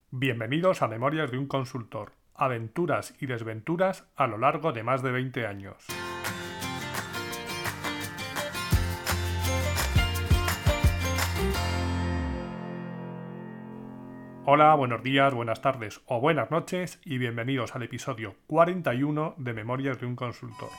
Bienvenidos a Memorias de un Consultor, aventuras y desventuras a lo largo de más de 20 años. Hola, buenos días, buenas tardes o buenas noches y bienvenidos al episodio 41 de Memorias de un Consultor.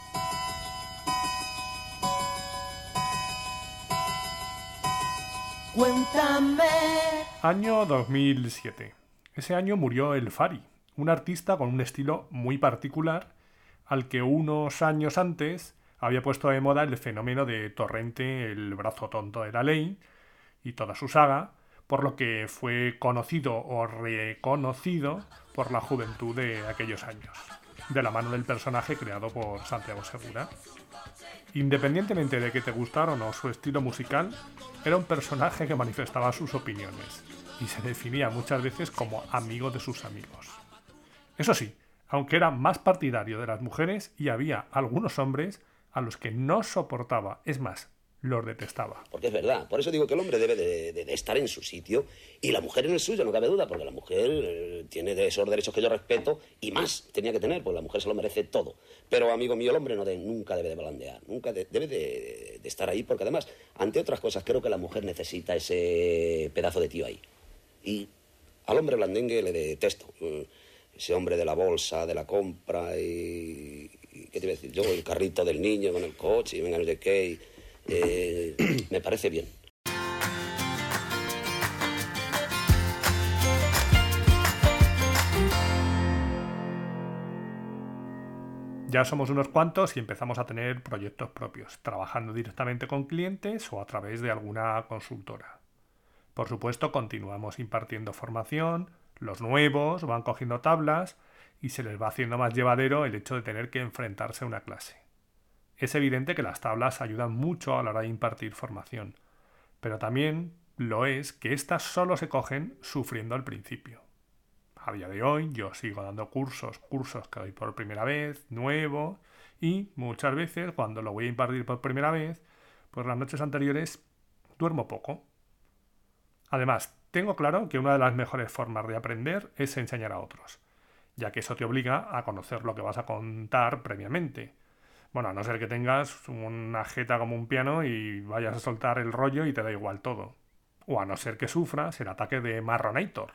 Cuéntame. Año 2007. Ese año murió el Fari, un artista con un estilo muy particular al que unos años antes había puesto de moda el fenómeno de Torrente, el brazo tonto de la ley y toda su saga, por lo que fue conocido o reconocido por la juventud de aquellos años, de la mano del personaje creado por Santiago Segura. Independientemente de que te gustara o no su estilo musical, era un personaje que manifestaba sus opiniones y se definía muchas veces como amigo de sus amigos. Eso sí, aunque era más partidario de las mujeres y había algunos hombres a los que no soportaba, es más, los detestaba. Porque es verdad, por eso digo que el hombre debe de estar en su sitio y la mujer en el suyo, no cabe duda, porque la mujer tiene esos derechos que yo respeto y más tenía que tener, porque la mujer se lo merece todo. Pero, amigo mío, el hombre nunca debe de balandear, nunca debe de estar ahí, porque además, ante otras cosas, creo que la mujer necesita ese pedazo de tío ahí. Y al hombre blandengue le detesto. Ese hombre de la bolsa, de la compra y ¿qué te iba a decir? Yo, el carrito del niño con el coche y venga no sé qué. Me parece bien. Ya somos unos cuantos y empezamos a tener proyectos propios, trabajando directamente con clientes o a través de alguna consultora. Por supuesto, continuamos impartiendo formación, los nuevos van cogiendo tablas y se les va haciendo más llevadero el hecho de tener que enfrentarse a una clase. Es evidente que las tablas ayudan mucho a la hora de impartir formación, pero también lo es que éstas solo se cogen sufriendo al principio. A día de hoy yo sigo dando cursos que doy por primera vez, nuevo, y muchas veces cuando lo voy a impartir por primera vez, pues las noches anteriores duermo poco. Además, tengo claro que una de las mejores formas de aprender es enseñar a otros, ya que eso te obliga a conocer lo que vas a contar previamente. Bueno, a no ser que tengas una jeta como un piano y vayas a soltar el rollo y te da igual todo. O a no ser que sufras el ataque de Marronator.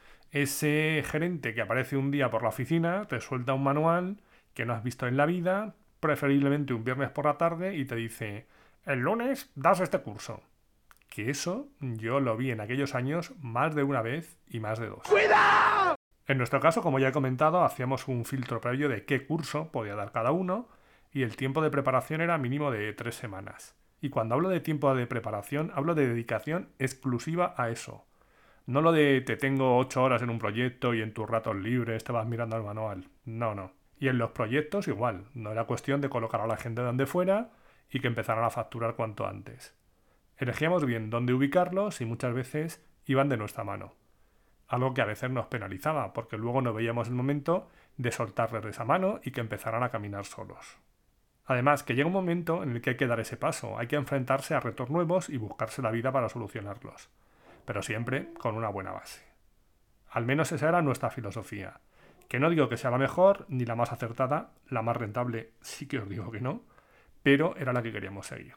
Ese gerente que aparece un día por la oficina, te suelta un manual que no has visto en la vida, preferiblemente un viernes por la tarde, y te dice: el lunes das este curso. Que eso yo lo vi en aquellos años más de una vez y más de dos. ¡Cuidado! En nuestro caso, como ya he comentado, hacíamos un filtro previo de qué curso podía dar cada uno y el tiempo de preparación era mínimo de 3 semanas. Y cuando hablo de tiempo de preparación, hablo de dedicación exclusiva a eso. No lo de te tengo 8 horas en un proyecto y en tus ratos libres te vas mirando el manual. No. Y en los proyectos igual. No era cuestión de colocar a la gente donde fuera y que empezaran a facturar cuanto antes. Elegíamos bien dónde ubicarlos y muchas veces iban de nuestra mano. Algo que a veces nos penalizaba, porque luego no veíamos el momento de soltarles de esa mano y que empezaran a caminar solos. Además, que llega un momento en el que hay que dar ese paso, hay que enfrentarse a retos nuevos y buscarse la vida para solucionarlos, pero siempre con una buena base. Al menos esa era nuestra filosofía, que no digo que sea la mejor ni la más acertada, la más rentable sí que os digo que no, pero era la que queríamos seguir.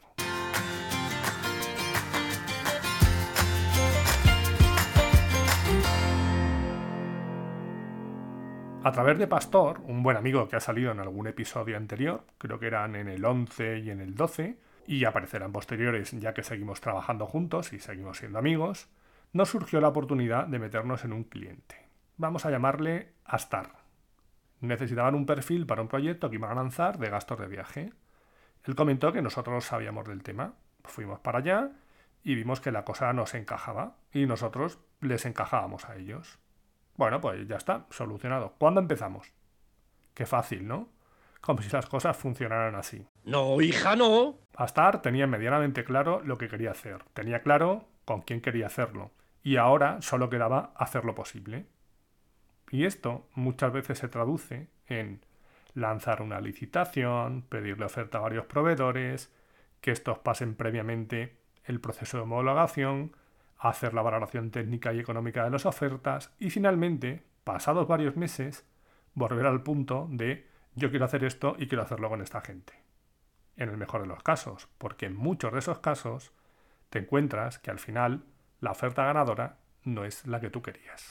A través de Pastor, un buen amigo que ha salido en algún episodio anterior, creo que eran en el 11 y en el 12, y aparecerán posteriores ya que seguimos trabajando juntos y seguimos siendo amigos, nos surgió la oportunidad de meternos en un cliente. Vamos a llamarle Astar. Necesitaban un perfil para un proyecto que iban a lanzar de gastos de viaje. Él comentó que nosotros sabíamos del tema. Fuimos para allá y vimos que la cosa nos encajaba y nosotros les encajábamos a ellos. Bueno, pues ya está, solucionado. ¿Cuándo empezamos? Qué fácil, ¿no? Como si las cosas funcionaran así. No, hija, no. Astar tenía medianamente claro lo que quería hacer. Tenía claro con quién quería hacerlo. Y ahora solo quedaba hacerlo posible. Y esto muchas veces se traduce en lanzar una licitación, pedirle oferta a varios proveedores, que estos pasen previamente el proceso de homologación, hacer la valoración técnica y económica de las ofertas y finalmente, pasados varios meses, volver al punto de yo quiero hacer esto y quiero hacerlo con esta gente. En el mejor de los casos, porque en muchos de esos casos te encuentras que al final la oferta ganadora no es la que tú querías.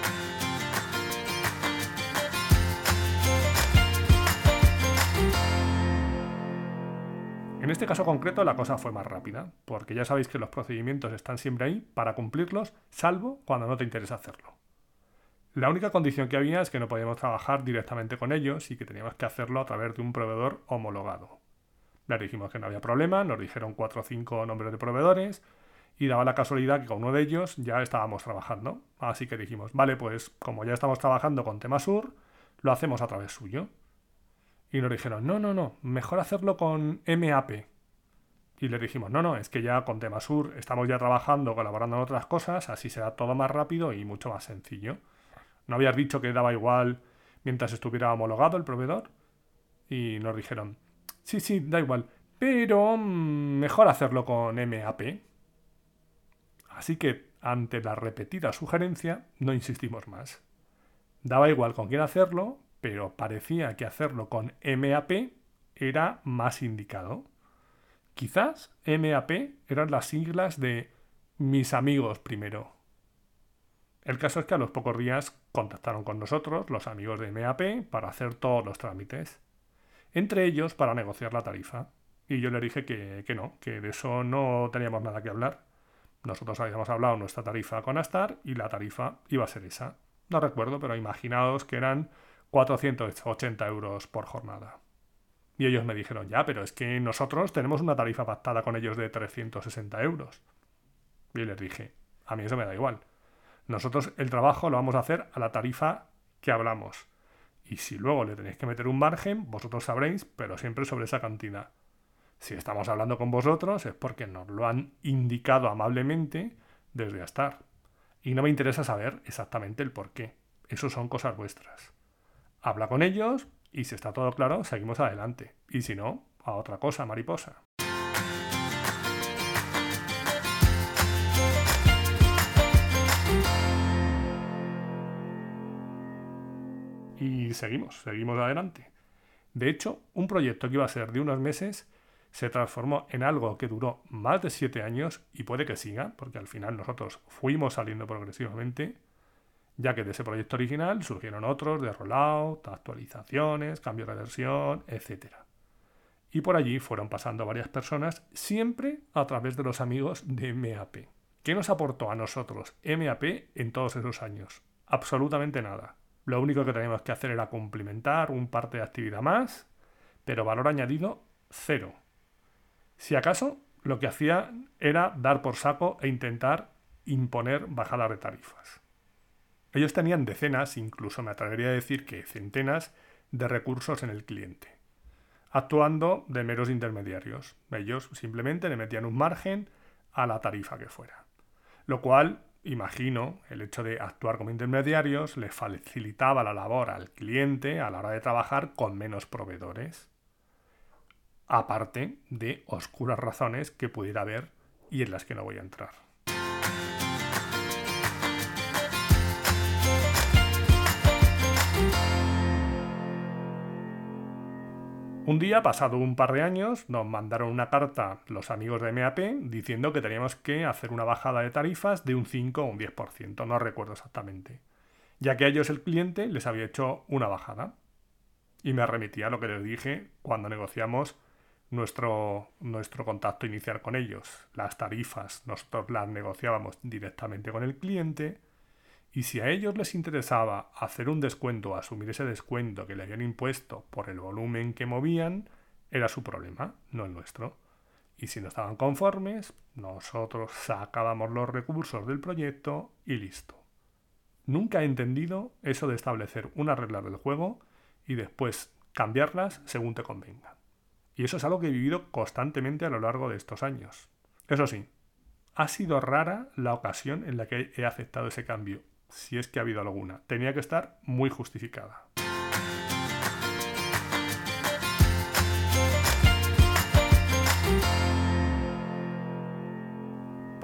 En este caso concreto la cosa fue más rápida, porque ya sabéis que los procedimientos están siempre ahí para cumplirlos, salvo cuando no te interesa hacerlo. La única condición que había es que no podíamos trabajar directamente con ellos y que teníamos que hacerlo a través de un proveedor homologado. Les dijimos que no había problema, nos dijeron 4 o 5 nombres de proveedores y daba la casualidad que con uno de ellos ya estábamos trabajando. Así que dijimos, vale, pues como ya estamos trabajando con Temasur, lo hacemos a través suyo. Y nos dijeron, no, mejor hacerlo con MAP. Y les dijimos, no, es que ya con Temasur estamos ya trabajando, colaborando en otras cosas, así será todo más rápido y mucho más sencillo. ¿No habías dicho que daba igual mientras estuviera homologado el proveedor? Y nos dijeron, sí, da igual, pero mejor hacerlo con MAP. Así que, ante la repetida sugerencia, no insistimos más. Daba igual con quién hacerlo, pero parecía que hacerlo con MAP era más indicado. Quizás MAP eran las siglas de mis amigos primero. El caso es que a los pocos días contactaron con nosotros, los amigos de MAP, para hacer todos los trámites. Entre ellos para negociar la tarifa. Y yo le dije que no, que de eso no teníamos nada que hablar. Nosotros habíamos hablado nuestra tarifa con Astar y la tarifa iba a ser esa. No recuerdo, pero imaginaos que eran 480 euros por jornada. Y ellos me dijeron, ya, pero es que nosotros tenemos una tarifa pactada con ellos de 360 euros. Y les dije, a mí eso me da igual. Nosotros el trabajo lo vamos a hacer a la tarifa que hablamos. Y si luego le tenéis que meter un margen, vosotros sabréis, pero siempre sobre esa cantidad. Si estamos hablando con vosotros es porque nos lo han indicado amablemente desde Astar. Y no me interesa saber exactamente el por qué. Eso son cosas vuestras. Habla con ellos y si está todo claro, seguimos adelante. Y si no, a otra cosa, mariposa. Y seguimos adelante. De hecho, un proyecto que iba a ser de unos meses se transformó en algo que duró más de 7 años y puede que siga, porque al final nosotros fuimos saliendo progresivamente, ya que de ese proyecto original surgieron otros de rollout, actualizaciones, cambios de versión, etc. Y por allí fueron pasando varias personas, siempre a través de los amigos de MAP. ¿Qué nos aportó a nosotros MAP en todos esos años? Absolutamente nada. Lo único que teníamos que hacer era cumplimentar un parte de actividad más, pero valor añadido, 0. Si acaso, lo que hacía era dar por saco e intentar imponer bajadas de tarifas. Ellos tenían decenas, incluso me atrevería a decir que centenas, de recursos en el cliente, actuando de meros intermediarios. Ellos simplemente le metían un margen a la tarifa que fuera. Lo cual, imagino, el hecho de actuar como intermediarios les facilitaba la labor al cliente a la hora de trabajar con menos proveedores. Aparte de oscuras razones que pudiera haber y en las que no voy a entrar. Un día, pasado un par de años, nos mandaron una carta los amigos de MAP diciendo que teníamos que hacer una bajada de tarifas de un 5 o un 10%, no recuerdo exactamente, ya que a ellos el cliente les había hecho una bajada. Y me remitía a lo que les dije cuando negociamos nuestro contacto inicial con ellos. Las tarifas nosotros las negociábamos directamente con el cliente y si a ellos les interesaba hacer un descuento o asumir ese descuento que le habían impuesto por el volumen que movían, era su problema, no el nuestro. Y si no estaban conformes, nosotros sacábamos los recursos del proyecto y listo. Nunca he entendido eso de establecer unas reglas del juego y después cambiarlas según te convenga. Y eso es algo que he vivido constantemente a lo largo de estos años. Eso sí, ha sido rara la ocasión en la que he aceptado ese cambio, si es que ha habido alguna. Tenía que estar muy justificada.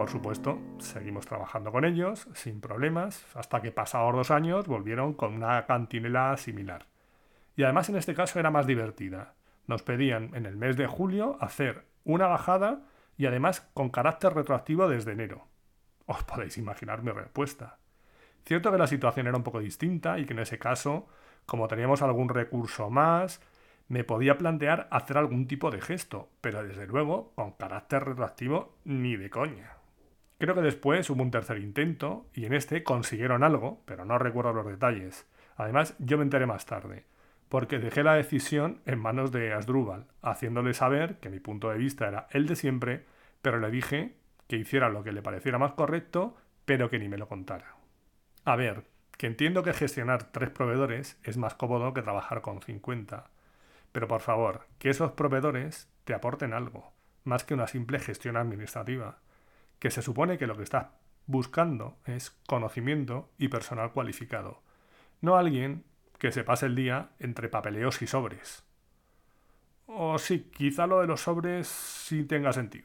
por supuesto, seguimos trabajando con ellos sin problemas, hasta que pasados 2 años volvieron con una cantinela similar. Y además en este caso era más divertida. Nos pedían en el mes de julio hacer una bajada y además con carácter retroactivo desde enero. Os podéis imaginar mi respuesta. Cierto que la situación era un poco distinta y que en ese caso, como teníamos algún recurso más, me podía plantear hacer algún tipo de gesto, pero desde luego, con carácter retroactivo, ni de coña. Creo que después hubo un tercer intento y en este consiguieron algo, pero no recuerdo los detalles. Además, yo me enteré más tarde, porque dejé la decisión en manos de Asdrúbal, haciéndole saber que mi punto de vista era el de siempre, pero le dije que hiciera lo que le pareciera más correcto, pero que ni me lo contara. A ver, que entiendo que gestionar 3 proveedores es más cómodo que trabajar con 50. Pero por favor, que esos proveedores te aporten algo, más que una simple gestión administrativa, que se supone que lo que estás buscando es conocimiento y personal cualificado, no alguien que se pase el día entre papeleos y sobres. O sí, quizá lo de los sobres sí tenga sentido.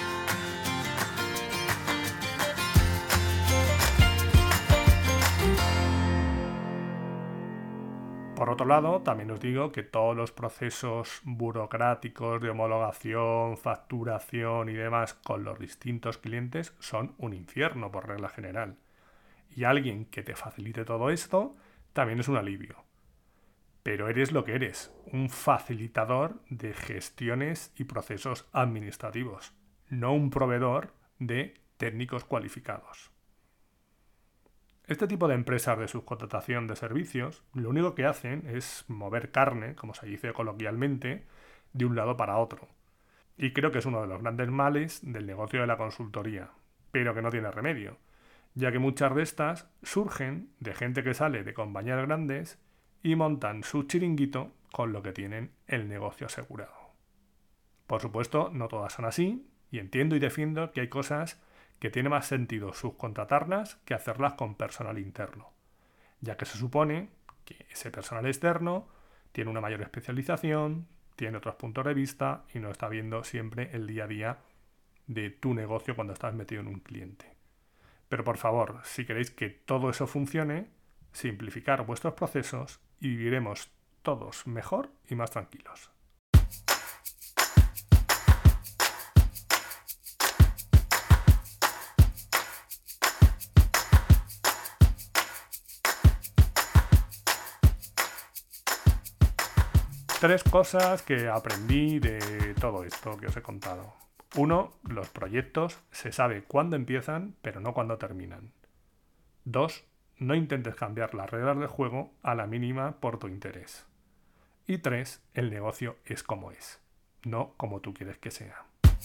Por otro lado, también os digo que todos los procesos burocráticos de homologación, facturación y demás con los distintos clientes son un infierno por regla general. Y alguien que te facilite todo esto también es un alivio. Pero eres lo que eres, un facilitador de gestiones y procesos administrativos, no un proveedor de técnicos cualificados. Este tipo de empresas de subcontratación de servicios lo único que hacen es mover carne, como se dice coloquialmente, de un lado para otro. Y creo que es uno de los grandes males del negocio de la consultoría, pero que no tiene remedio, ya que muchas de estas surgen de gente que sale de compañías grandes y montan su chiringuito con lo que tienen el negocio asegurado. Por supuesto, no todas son así, y entiendo y defiendo que hay cosas que tiene más sentido subcontratarlas que hacerlas con personal interno, ya que se supone que ese personal externo tiene una mayor especialización, tiene otros puntos de vista y no está viendo siempre el día a día de tu negocio cuando estás metido en un cliente. Pero por favor, si queréis que todo eso funcione, simplificar vuestros procesos y viviremos todos mejor y más tranquilos. Tres cosas que aprendí de todo esto que os he contado. 1. Los proyectos se sabe cuándo empiezan, pero no cuándo terminan. 2. No intentes cambiar las reglas del juego a la mínima por tu interés. Y 3. El negocio es como es, no como tú quieres que sea.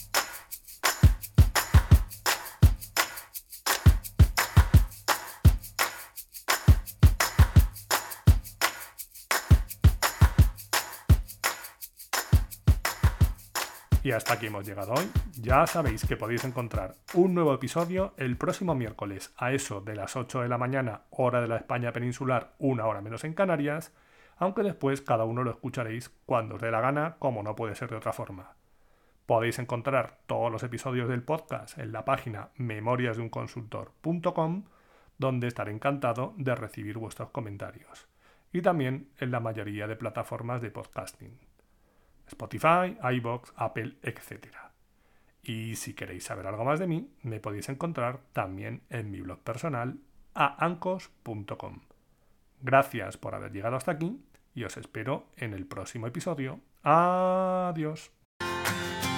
Y hasta aquí hemos llegado hoy. Ya sabéis que podéis encontrar un nuevo episodio el próximo miércoles a eso de las 8 de la mañana, hora de la España peninsular, 1 hora menos en Canarias, aunque después cada uno lo escucharéis cuando os dé la gana, como no puede ser de otra forma. Podéis encontrar todos los episodios del podcast en la página memoriasdeunconsultor.com, donde estaré encantado de recibir vuestros comentarios. Y también en la mayoría de plataformas de podcasting. Spotify, iVoox, Apple, etc. Y si queréis saber algo más de mí, me podéis encontrar también en mi blog personal aancos.com. Gracias por haber llegado hasta aquí y os espero en el próximo episodio. Adiós.